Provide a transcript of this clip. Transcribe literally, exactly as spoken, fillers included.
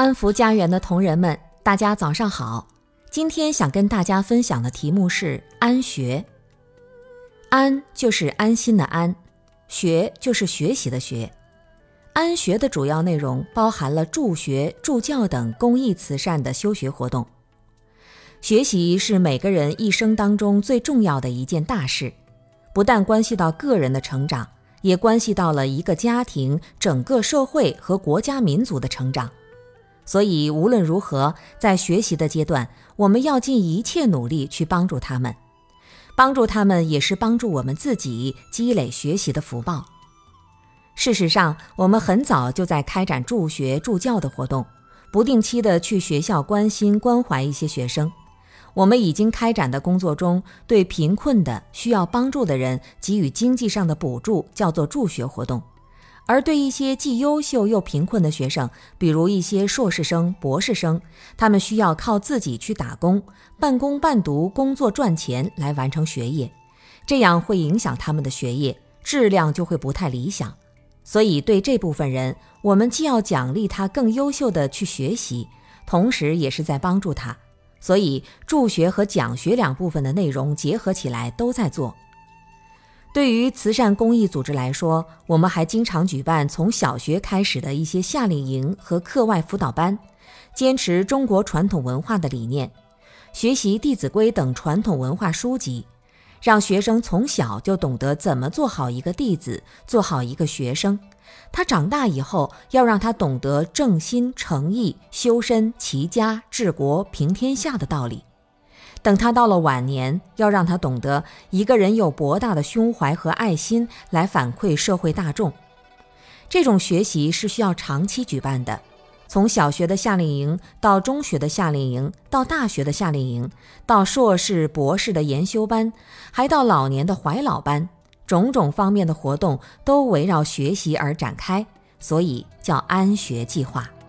安福家园的同仁们，大家早上好。今天想跟大家分享的题目是安学。安就是安心的安，学就是学习的学。安学的主要内容包含了助学、助教等公益慈善的修学活动。学习是每个人一生当中最重要的一件大事，不但关系到个人的成长，也关系到了一个家庭、整个社会和国家民族的成长。所以无论如何，在学习的阶段，我们要尽一切努力去帮助他们。帮助他们也是帮助我们自己积累学习的福报。事实上，我们很早就在开展助学助教的活动，不定期的去学校关心关怀一些学生。我们已经开展的工作中，对贫困的需要帮助的人给予经济上的补助，叫做助学活动。而对一些既优秀又贫困的学生，比如一些硕士生、博士生，他们需要靠自己去打工，半工半读工作赚钱来完成学业，这样会影响他们的学业，质量就会不太理想。所以对这部分人，我们既要奖励他更优秀的去学习，同时也是在帮助他。所以助学和讲学两部分的内容结合起来都在做。对于慈善公益组织来说，我们还经常举办从小学开始的一些夏令营和课外辅导班，坚持中国传统文化的理念，学习《弟子规》等传统文化书籍，让学生从小就懂得怎么做好一个弟子，做好一个学生。他长大以后，要让他懂得正心诚意、修身齐家治国平天下的道理。等他到了晚年，要让他懂得一个人有博大的胸怀和爱心来反馈社会大众。这种学习是需要长期举办的，从小学的夏令营到中学的夏令营，到大学的夏令营，到硕士博士的研修班，还到老年的怀老班，种种方面的活动都围绕学习而展开，所以叫安学计划。